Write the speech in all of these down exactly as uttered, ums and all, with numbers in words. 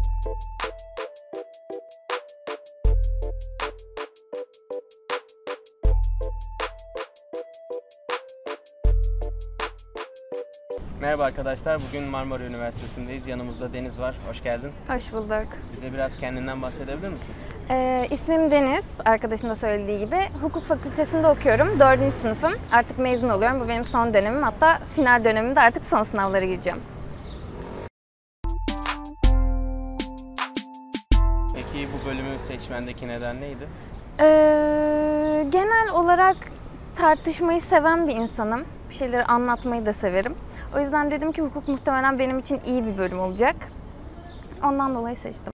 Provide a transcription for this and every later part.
Merhaba arkadaşlar, bugün Marmara Üniversitesi'ndeyiz. Yanımızda Deniz var. Hoş geldin. Hoş bulduk. Bize biraz kendinden bahsedebilir misin? Ee, ismim Deniz, arkadaşın da söylediği gibi. Hukuk fakültesinde okuyorum. Dördüncü sınıfım. Artık mezun oluyorum. Bu benim son dönemim. Hatta final dönemimde artık son sınavlara gireceğim. Peki bu bölümü seçmendeki neden neydi? Ee, genel olarak tartışmayı seven bir insanım. Bir şeyleri anlatmayı da severim. O yüzden dedim ki hukuk muhtemelen benim için iyi bir bölüm olacak. Ondan dolayı seçtim.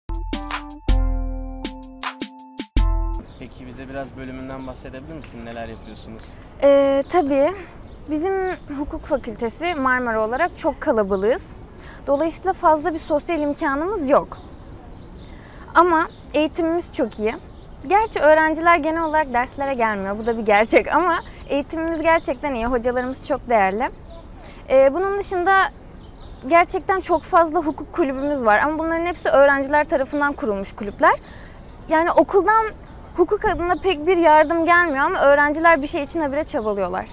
Peki bize biraz bölümünden bahsedebilir misin? Neler yapıyorsunuz? Ee, tabii. Bizim hukuk fakültesi Marmara olarak çok kalabalığız. Dolayısıyla fazla bir sosyal imkanımız yok. Ama eğitimimiz çok iyi. Gerçi öğrenciler genel olarak derslere gelmiyor. Bu da bir gerçek ama eğitimimiz gerçekten iyi. Hocalarımız çok değerli. Ee, bunun dışında gerçekten çok fazla hukuk kulübümüz var. Ama bunların hepsi öğrenciler tarafından kurulmuş kulüpler. Yani okuldan hukuk adına pek bir yardım gelmiyor ama öğrenciler bir şey için habire çabalıyorlar.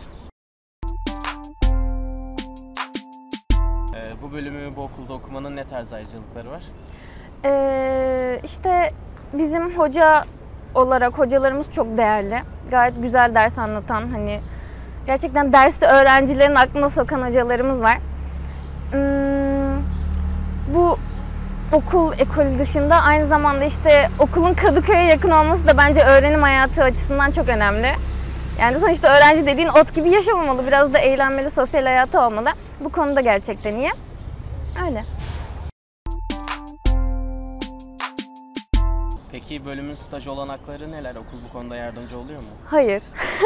Ee, bu bölümü bu okulda okumanın ne tarz ayrıcalıkları var? Ee, işte bizim hoca olarak hocalarımız çok değerli. Gayet güzel ders anlatan, hani gerçekten derste öğrencilerin aklına sokan hocalarımız var. Hmm, bu okul ekolü dışında aynı zamanda işte okulun Kadıköy'e yakın olması da bence öğrenim hayatı açısından çok önemli. Yani sonuçta öğrenci dediğin ot gibi yaşamamalı, biraz da eğlenmeli, sosyal hayatı olmalı. Bu konuda gerçekten iyi. Öyle. Peki bölümün staj olanakları neler? Okul bu konuda yardımcı oluyor mu? Hayır.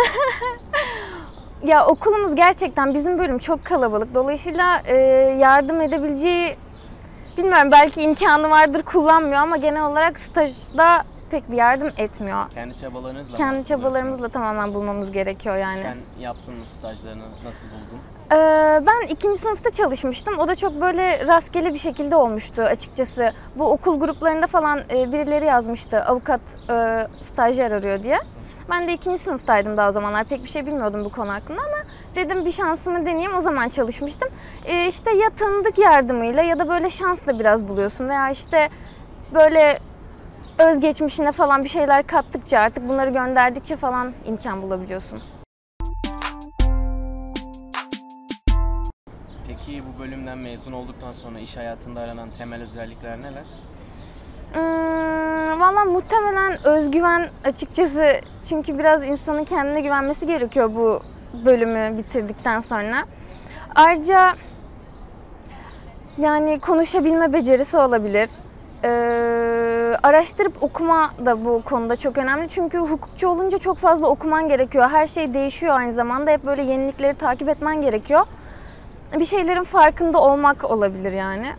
Ya okulumuz gerçekten, bizim bölüm çok kalabalık. Dolayısıyla e, yardım edebileceği, bilmiyorum, belki imkanı vardır, kullanmıyor ama genel olarak stajda pek bir yardım etmiyor. Kendi çabalarınızla Kendi mı çabalarımızla tamamen bulmamız gerekiyor yani. Sen yaptın mı stajlarını? Nasıl buldun? Ee, ben ikinci sınıfta çalışmıştım. O da çok böyle rastgele bir şekilde olmuştu açıkçası. Bu okul gruplarında falan e, birileri yazmıştı, avukat e, stajyer arıyor diye. Ben de ikinci sınıftaydım daha o zamanlar. Pek bir şey bilmiyordum bu konu hakkında ama dedim bir şansımı deneyeyim. O zaman çalışmıştım. E, işte ya tanıdık yardımıyla ya da böyle şansla biraz buluyorsun veya işte böyle özgeçmişine falan bir şeyler kattıkça, artık bunları gönderdikçe falan imkan bulabiliyorsun. Peki bu bölümden mezun olduktan sonra iş hayatında aranan temel özellikler neler? Hmm, Valla muhtemelen özgüven açıkçası. Çünkü biraz insanın kendine güvenmesi gerekiyor bu bölümü bitirdikten sonra. Ayrıca yani konuşabilme becerisi olabilir. Ee, araştırıp okuma da bu konuda çok önemli. Çünkü hukukçu olunca çok fazla okuman gerekiyor. Her şey değişiyor aynı zamanda. Hep böyle yenilikleri takip etmen gerekiyor. Bir şeylerin farkında olmak olabilir yani.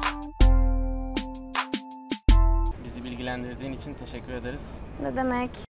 Bizi bilgilendirdiğin için teşekkür ederiz. Ne demek?